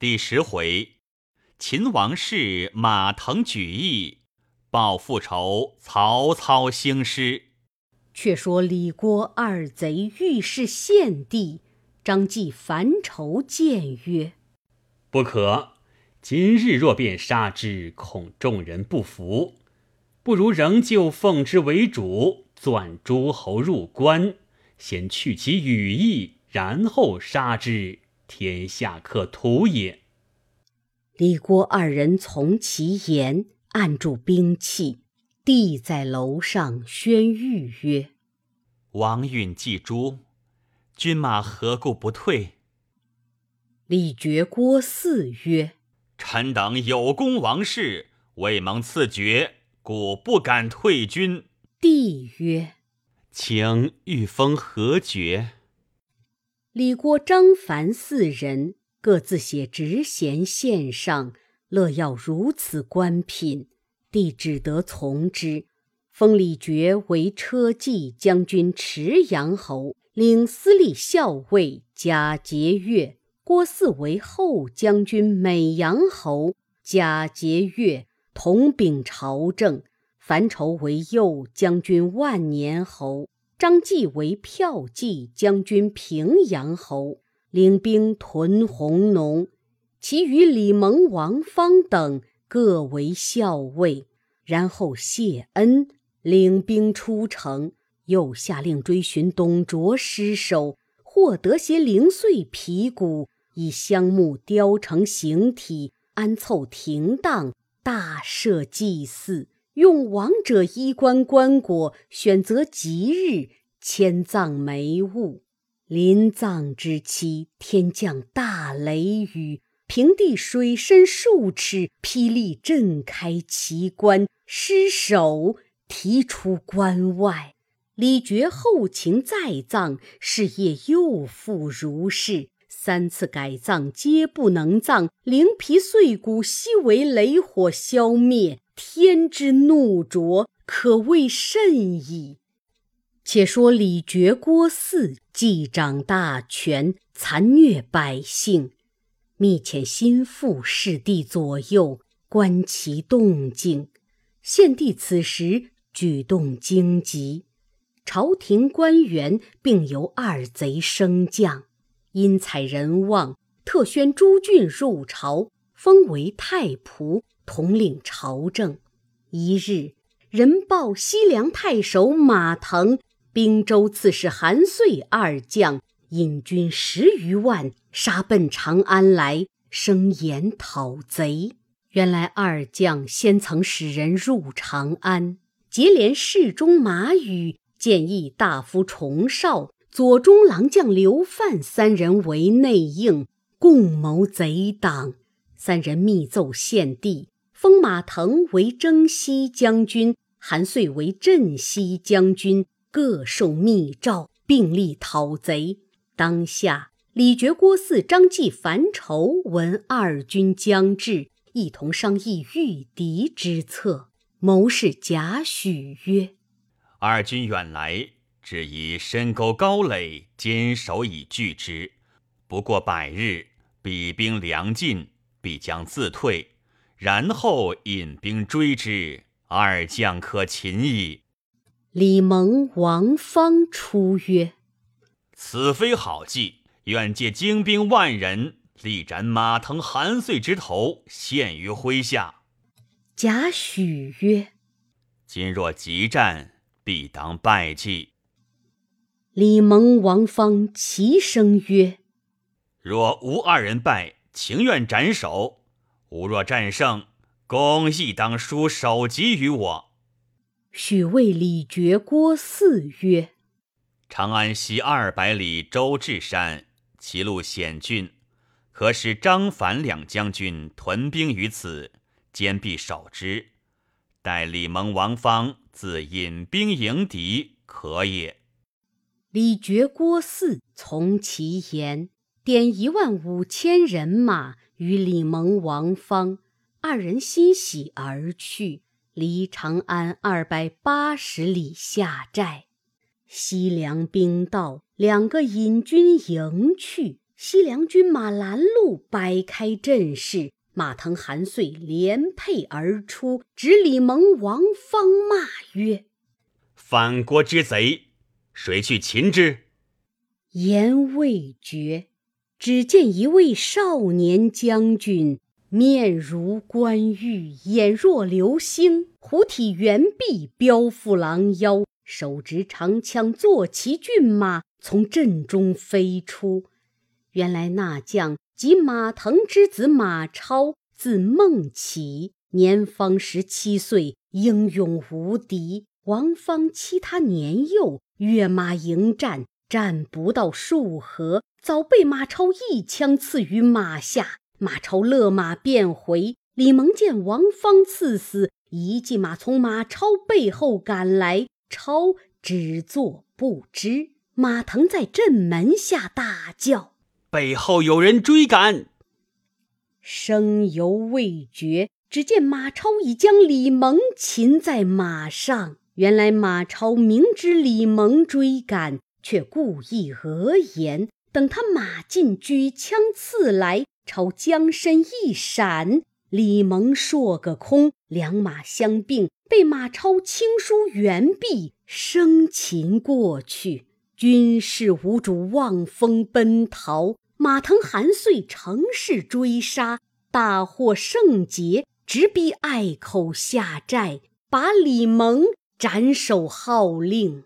第10回，秦王室马腾举义，报复仇曹操兴师。 却说李郭二贼欲弑献帝，张继烦愁谏曰： 不可，今日若便杀之，恐众人不服，不如仍旧奉之为主，钻诸侯入关，先去其羽翼，然后杀之，天下可图也。 李郭二人从其言，按住兵器。帝在楼上宣谕曰： 王允既诛，军马何故不退？ 李傕郭汜曰： 臣等有功王室，未蒙赐爵，故不敢退军。 帝曰： 请御封何爵？ 李郭张樊4人各自写职衔献上，乐要如此官品，帝只得从之。封李傕为车骑将军池阳侯，领司隶校尉，加节钺；郭汜为后将军美阳侯，加节钺，同秉朝政。樊稠为右将军万年侯，张继为骠骑将军平阳侯，领兵屯弘农。其余李蒙、王方等各为校尉。然后谢恩，领兵出城，又下令追寻董卓尸首，获得些零碎皮骨，以香木雕成形体，安凑停当，大设祭祀，用王者衣冠棺椁，选择吉日，迁葬霉物。临葬之期，天降大雷雨，平地水深数尺，霹雳震开奇关，尸首提出关外。李傕后勤再葬，事业又复如是，3次改葬皆不能葬，灵皮碎骨悉为雷火消灭，天之怒灼，可谓甚矣。且说李傕郭汜既掌大权，残虐百姓，密遣心腹侍帝左右，观其动静。献帝此时举动惊急，朝廷官员并由二贼升降，因采人望，特宣诸郡入朝，封为太仆，统领朝政。一日，人报西凉太守马腾、并州刺史韩遂二将引军10余万，杀奔长安来，声言讨贼。原来二将先曾使人入长安，结连侍中马宇、谏议大夫崇绍、左中郎将刘范3人为内应，共谋贼党。3人密奏献帝，封马腾为征西将军，韩遂为镇西将军，各受密诏，并力讨贼。当下李傕郭汜张继樊稠闻二军将至，一同商议御敌之策。谋士贾诩曰： 二军远来，只宜深沟高垒，坚守以拒之。不过100日，彼兵粮尽，必将自退，然后引兵追之，二将可擒矣。 李蒙、王方出曰： 此非好计，愿借精兵10000人，力斩马腾、韩遂之头，献于麾下。 贾诩曰： 今若急战，必当败绩。 李蒙、王方齐声曰： 若吾2人败，情愿斩首；吾若战胜，公亦当书首级于我。 许谓李傕郭汜曰： 长安西200里周至山，其路险峻，可使张樊2将军屯兵于此，坚壁守之。待李蒙、王方自引兵迎敌，可也。 李傕郭汜从其言，点15000人马与李蒙、王方2人欣喜而去，离长安280里下寨。西凉兵到，2个引军迎去， 西凉军马拦路，摆开阵势，马腾、韩遂连辔而出，指李蒙、王方骂曰： 反国之贼，谁去擒之？ 言未绝，只见一位少年将军，面如冠玉，眼若流星，虎体猿臂，彪腹狼腰，手执长枪，坐骑骏马，从阵中飞出。原来那将即马腾之子马超，字孟起，年方17岁，英勇无敌。王方欺他年幼，跃马迎战，战不到数合，早被马超一枪刺于马下。马超勒马便回，李蒙见王方刺死，一骑马从马超背后赶来，超只作不知。马腾在阵门下大叫： 背后有人追赶！ 声犹未绝，只见马超已将李蒙擒在马上。原来马超明知李蒙追赶，却故意讹言，等他马进，举枪刺来，超将身一闪，李蒙硕个空，两马相并，被马超轻舒猿臂，生擒过去。军士无主，望风奔逃。马腾、韩遂乘势追杀，大获胜捷，直逼隘口下寨，把李蒙斩首号令。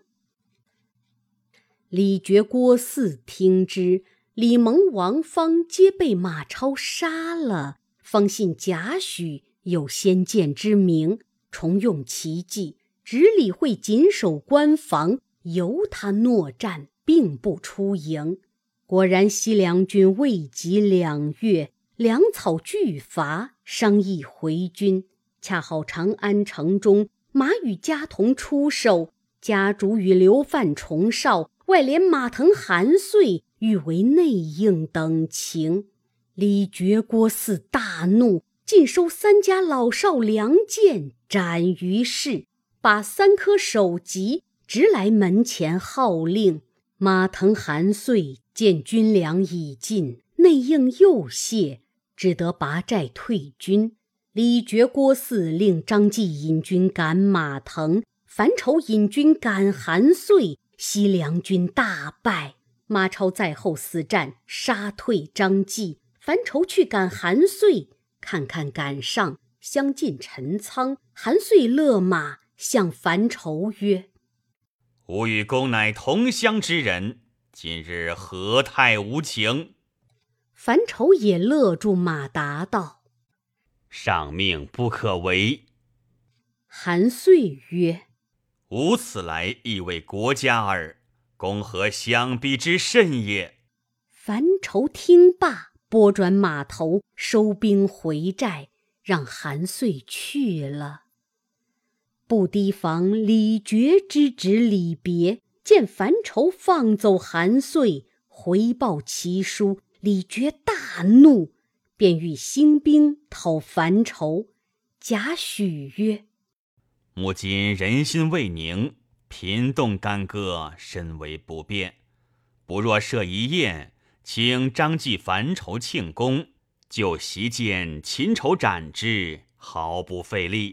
李傕、郭汜听之，李蒙、王方皆被马超杀了，方信贾诩有先见之明，重用其计，只理会谨守关防，由他诺战，并不出营。果然西凉军未及2月，粮草俱乏，商议回军。恰好长安城中，马与家童出售，家主与刘范、重绍，外连马腾、韩遂，欲为内应等情。李傕、郭汜大怒，尽收3家老少良贱，斩于市，把3颗首级直来门前号令。马腾、韩遂见军粮已尽，内应又懈，只得拔寨退军。李傕、郭汜令张继引军赶马腾，樊稠引军赶韩遂，西凉军大败。马超在后死战，杀退张继，樊稠去赶韩遂，看看赶上，相近陈仓。韩遂勒马，向樊稠曰： 吾与公乃同乡之人，今日何太无情？ 樊稠也勒住马答道： 上命不可违。 韩遂曰： 吾此来亦为国家耳，公何相逼之甚也？ 樊稠听罢，拨转马头，收兵回寨，让韩遂去了。不提防李傕之旨李别，见樊稠放走韩遂，回报其书，李傕大怒，便欲兴兵讨樊稠。贾诩曰： 目今人心未宁，频动干戈，甚为不便。不若设一宴，请张继、樊稠庆功，就席间擒仇斩之，毫不费力。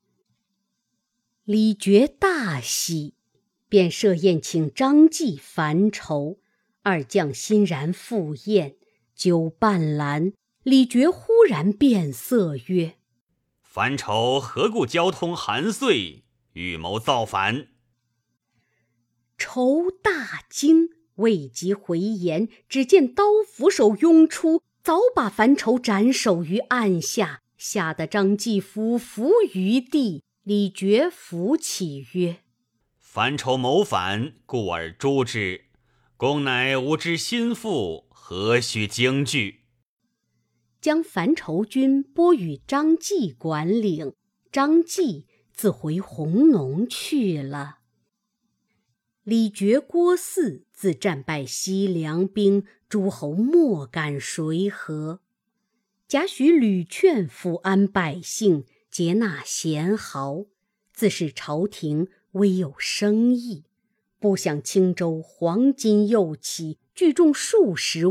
李傕大喜，便设宴请张继、樊稠2将欣然赴宴。酒半阑，李傕忽然变色曰： 樊稠何故交通韩遂，预谋造反？ 稠大惊，未及回言，只见刀斧手拥出，早把樊稠斩首于案下，吓得张继俯伏于地。李傕扶起曰： 樊稠谋反，故而诛之。公乃吾之心腹，何须惊惧？ 将樊稠军拨与张继管领，张继自回弘农去了。李傕、郭汜自战败西凉兵，诸侯莫敢随和。贾诩屡劝抚安百姓，接纳贤豪，自是朝廷微有生意。不想青州黄金又起，聚众数十万，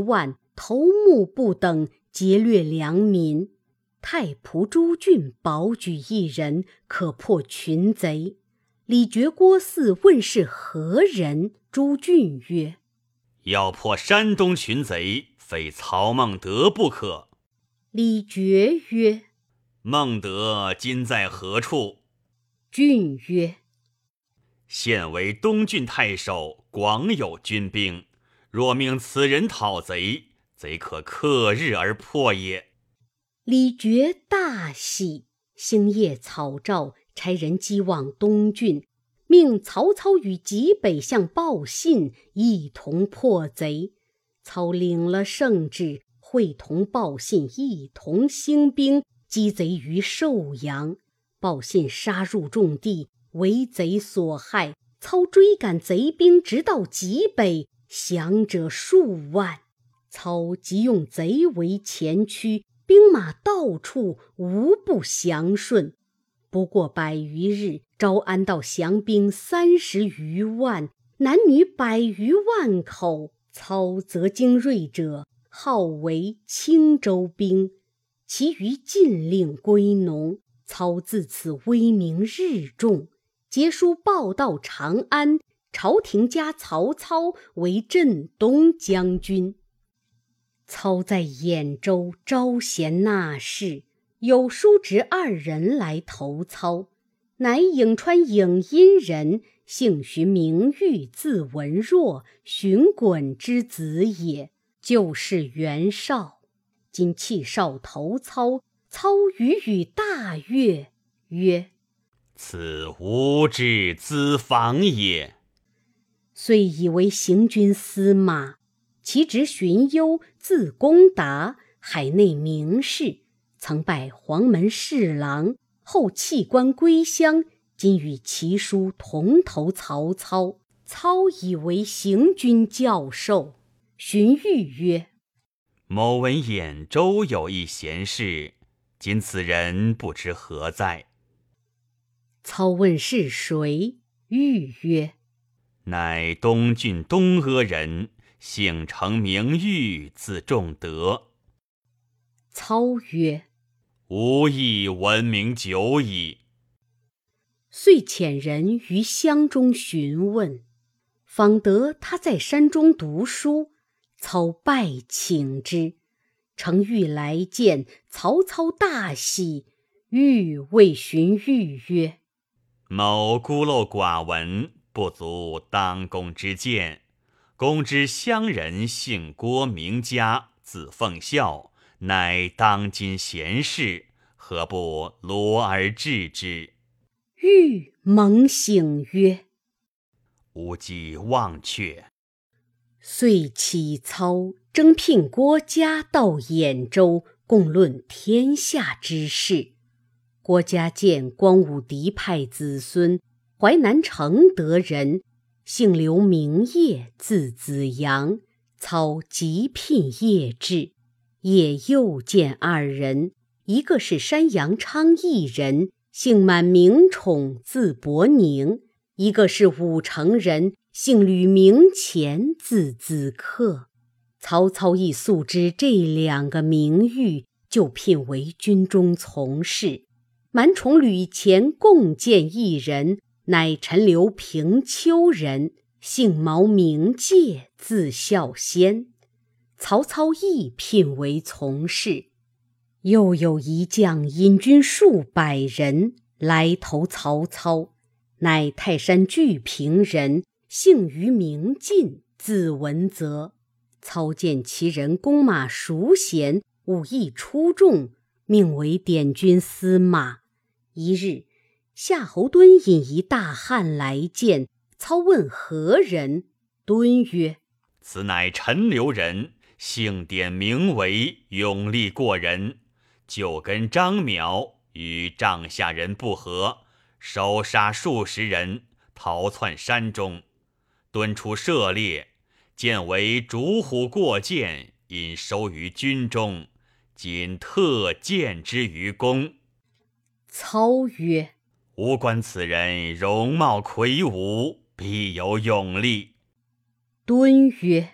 头目不等，劫掠良民。太仆朱俊保举一人，可破群贼。李傕郭汜问是何人？朱俊曰： 要破山东群贼，非曹孟德不可。 李傕曰： 孟德今在何处？ 俊曰： 现为东郡太守，广有军兵，若命此人讨贼，贼可克日而破也。 李傕大喜，星夜草诏，差人击往东郡，命曹操与济北相报信，一同破贼。操领了圣旨，会同报信一同兴兵，击贼于寿阳。报信杀入重地，为贼所害。操追赶贼兵，直到济北，降者数万。操即用贼为前驱，兵马到处，无不降顺。不过100余日，招安到降兵30余万，男女100余万口。操则精锐者号为青州兵，其余尽令归农。操自此威名日重，节书报到长安，朝廷加曹操为镇东将军。操在兖州招贤纳士，有叔侄2人来投操，乃颍川颍阴人，姓荀，名誉，字文若，荀滚之子也，旧氏袁绍。今弃少投操，操语大悦，曰： 此吾之资防也。 遂以为行军司马。其侄荀攸，字公达，海内名士，曾拜黄门侍郎，后弃官归乡，今与其叔同投曹操。操以为行军教授。荀彧曰： 某闻兖州有一贤士，今此人不知何在。 操问是谁，彧曰： 乃东郡东阿人，姓程名誉，字仲德。 操曰： 吾亦闻名久矣。 遂遣人于乡中询问，访得他在山中读书。操拜请之，程昱来见，曹操大喜。彧谓荀彧曰： 某孤陋寡闻，不足当公之见。公之乡人姓郭名嘉，字奉孝，乃当今贤士，何不罗而治之？ 彧猛醒曰： 吾既忘却。 遂起操征聘郭嘉到兖州，共论天下之事。郭嘉见光武嫡派子孙，淮南承德人，姓刘名业，字子阳。操即聘业至。业又见2人，一个是山阳昌邑人，姓满名宠，字伯宁；一个是武城人，姓吕名虔，字子克。操亦素知这2个名誉，就聘为军中从事。满宠吕虔共见1人，乃陈留平丘人，姓毛名介，字孝先。曹操亦聘为从事。又有一将引军数百人来投曹操，乃泰山巨平人，姓于名进，字文泽。操见其人弓马熟娴，武艺出众，命为点军司马。一日，夏侯惇引一大汉来见，操问何人，惇曰： 此乃陈留人，姓典名为，勇力过人，就跟张邈与帐下人不和，手杀数十人，逃窜山中。惇出射猎，见为逐虎过涧，引收于军中，今特荐之于公。 操曰： 吾观此人容貌魁梧，必有勇力。 惇曰：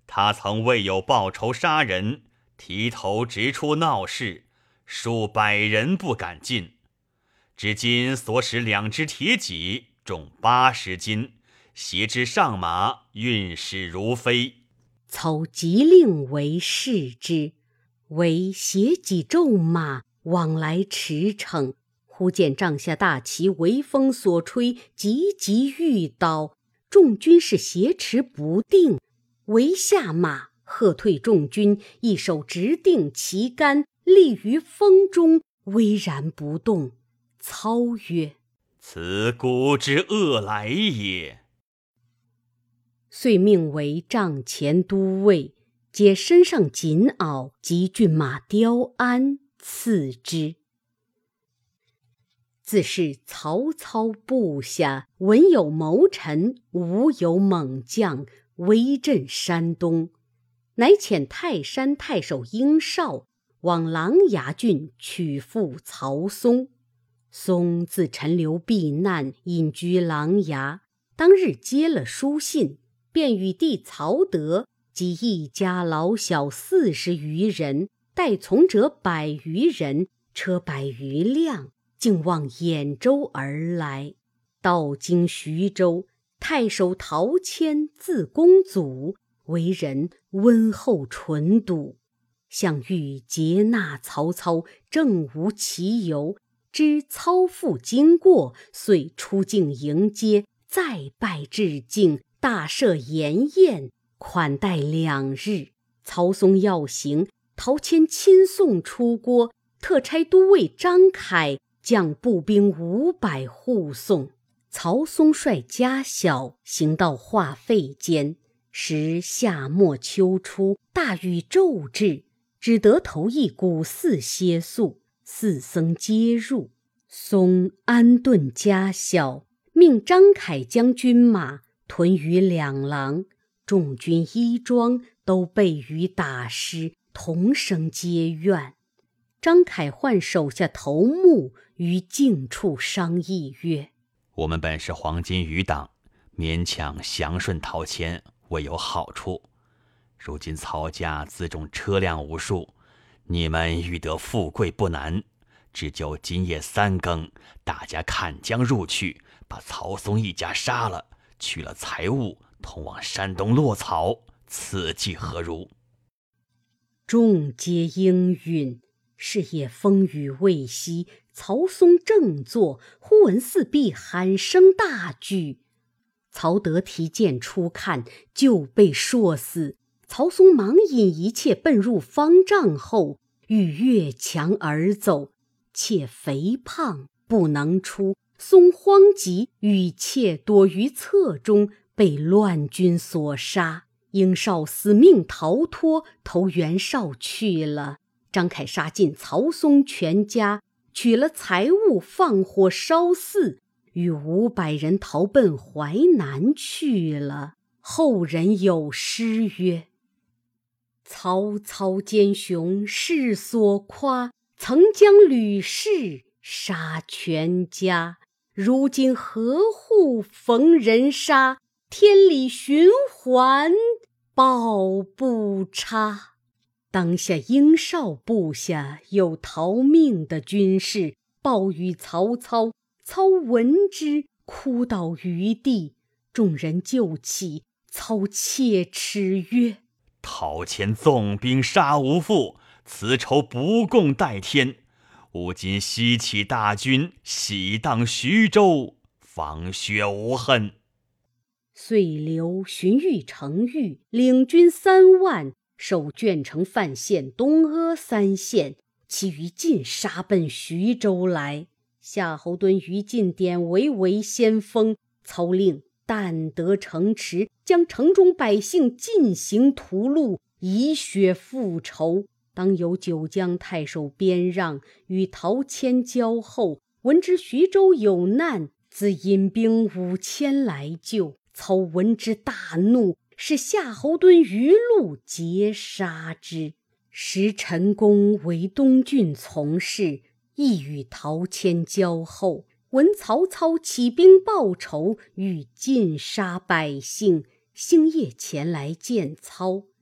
他曾为有报仇杀人，提头直出闹市，数百人不敢进。至今所使2只铁戟，重80斤，携之上马，运矢如飞。 操即令为视之，为携戟骤马，往来驰骋。忽见帐下大旗为风所吹，急急欲倒，众军是挟持不定。为下马，喝退众军，一手直定旗杆，立于风中，巍然不动。操曰： 此古之恶来也。 遂命为帐前都尉，解身上锦袄及骏马雕鞍赐之。自是曹操部下文有谋臣，武有猛将，威震山东。乃遣泰山太守殷绍往琅琊郡取父曹嵩。嵩自陈留避难，隐居琅琊。当日接了书信，便与弟曹德及一家老小40余人，带从者100余人，车100余辆，竟往兖州而来。到经徐州，太守陶谦字公祖，为人温厚纯笃。项羽劫纳曹操，正无其由，知操父经过，遂出境迎接，再拜致敬，大设筵宴，款待2日。曹嵩要行，陶谦亲送出郭，特差都尉张凯将步兵500护送。曹嵩率家小行到化费间，时夏末秋初，大雨骤至，只得投一古寺歇宿，寺僧皆入。嵩安顿家小，命张凯将军马屯于两廊，众军衣装都被雨打湿，同声皆怨。张凯唤手下头目于静处商议曰： 我们本是黄巾余党，勉强降顺陶谦，未有好处。如今曹家辎重车辆无数，你们欲得富贵不难，只就今夜3更，大家砍将入去，把曹嵩一家杀了，取了财物，同往山东落草，此计何如？ 众皆应允。是夜风雨未息，曹嵩正坐，忽闻四壁喊声大举。曹德提剑出看，就被硕死。曹嵩忙引一切奔入方丈后，欲越墙而走，妾肥胖不能出。嵩慌急，与妾躲于侧中，被乱军所杀。殷绍死命逃脱，投袁绍去了。张凯杀尽曹嵩全家，取了财物，放火烧寺，与500人逃奔淮南去了。后人有诗曰：曹操奸雄世所夸，曾将吕氏杀全家。如今何户逢人杀，天理循环报不差。当下殷绍部下有逃命的军士，报与曹操。操闻之，哭倒于地。众人救起，操切齿曰： 陶谦纵兵杀无父，此仇不共戴天。吾今西起大军，喜荡徐州，方雪无恨。 遂留荀彧、程昱领军3万，守鄄城、范县、东阿3县，其余尽杀奔徐州来。夏侯惇、于禁典为先锋，操令但得城池，将城中百姓尽行屠戮，以雪复仇。当有九江太守边让与陶谦交后，闻知徐州有难，自引兵5000来救。操闻之大怒，使夏侯惇、于禄截杀之。时陈宫为东郡从事，亦与陶谦交后，闻曹操起兵报仇，欲尽杀百姓，星夜前来见操。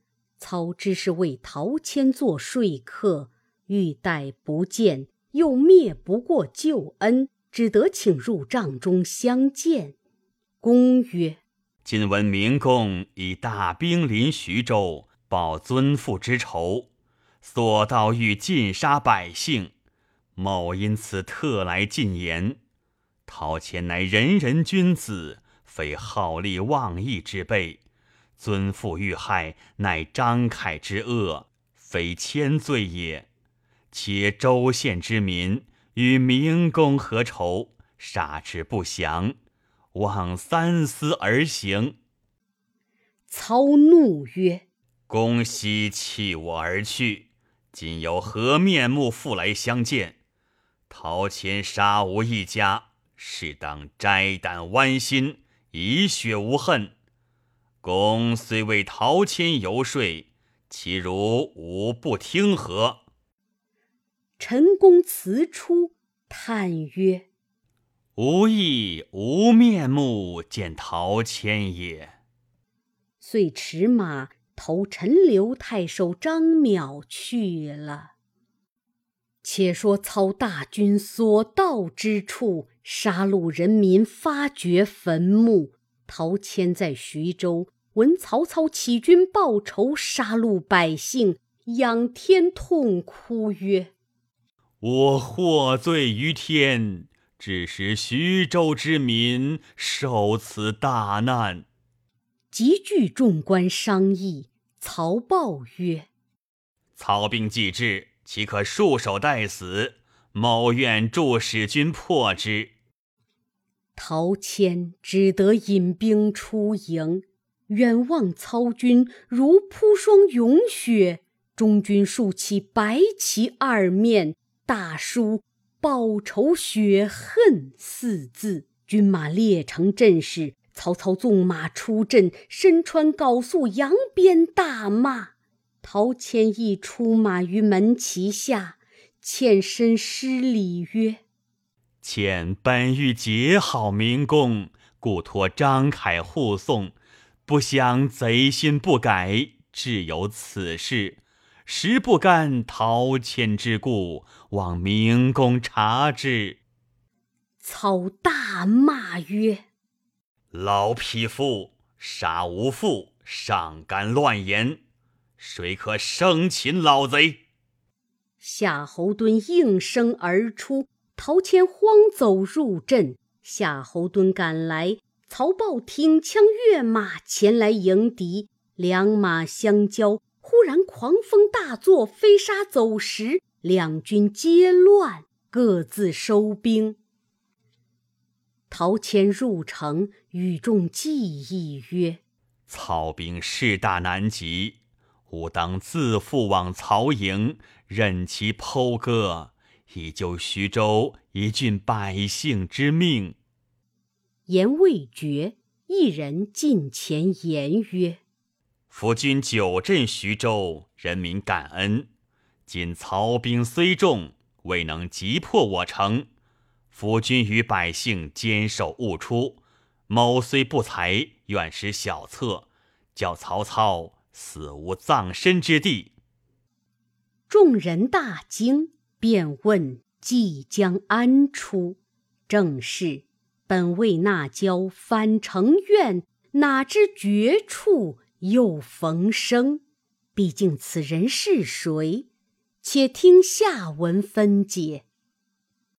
操只是为陶谦做说客，欲待不见，又灭不过旧恩，只得请入帐中相见。公曰： 今闻明公以大兵临徐州，报尊父之仇，所到欲尽杀百姓，某因此特来进言。陶谦乃仁人君子，非好利忘义之辈。尊父遇害，乃张凯之恶，非谦罪也。且州县之民与明公何仇？杀之不降，望三思而行。 操怒曰： 公悉弃我而去，今有何面目复来相见？陶谦杀无一家，是当摘胆剜心，以雪无恨。公虽为陶谦游说，其如吾不听何？ 陈宫辞出，叹曰： 吾亦无面目见陶谦也。 遂驰马投陈留太守张邈去了。且说操大军所到之处，杀戮人民，发掘坟墓。陶谦在徐州，闻曹操起军报仇，杀戮百姓，仰天痛哭曰： 我获罪于天，致使徐州之民受此大难。 集聚众官商议，曹报曰： 曹兵既至，岂可束手待死？某愿助使君破之。 陶谦只得引兵出营，远望操军如铺霜涌雪，中军竖起白旗二面，大书报仇雪恨四字。军马列成阵势，曹操纵马出阵，身穿缟素，扬鞭大骂。陶谦亦出马于门旗下，欠身施礼曰： 谦本欲结好明公，故托张凯护送，不想贼心不改，致有此事。实不干陶谦之故，望明公察之。 操大骂曰： 老匹夫，杀无父，尚敢乱言，谁可生擒老贼？ 夏侯惇应声而出，陶谦慌走入阵。夏侯惇赶来，曹豹挺枪跃马前来迎敌，两马相交，忽然狂风大作，飞沙走石，两军皆乱，各自收兵。陶谦入城，与众计议曰： 曹兵势大难及，吾当自负往曹营，任其剖割，以救徐州一郡百姓之命。 言未决，一人近前言曰： 夫君久镇徐州，人民感恩。今曹兵虽众，未能击破我城。夫君与百姓坚守勿出，某虽不才，愿使小策，叫曹操死无葬身之地。 众人大惊，便问即将安出。正是本为纳交反成怨，哪知绝处又逢生。毕竟此人是谁？且听下文分解。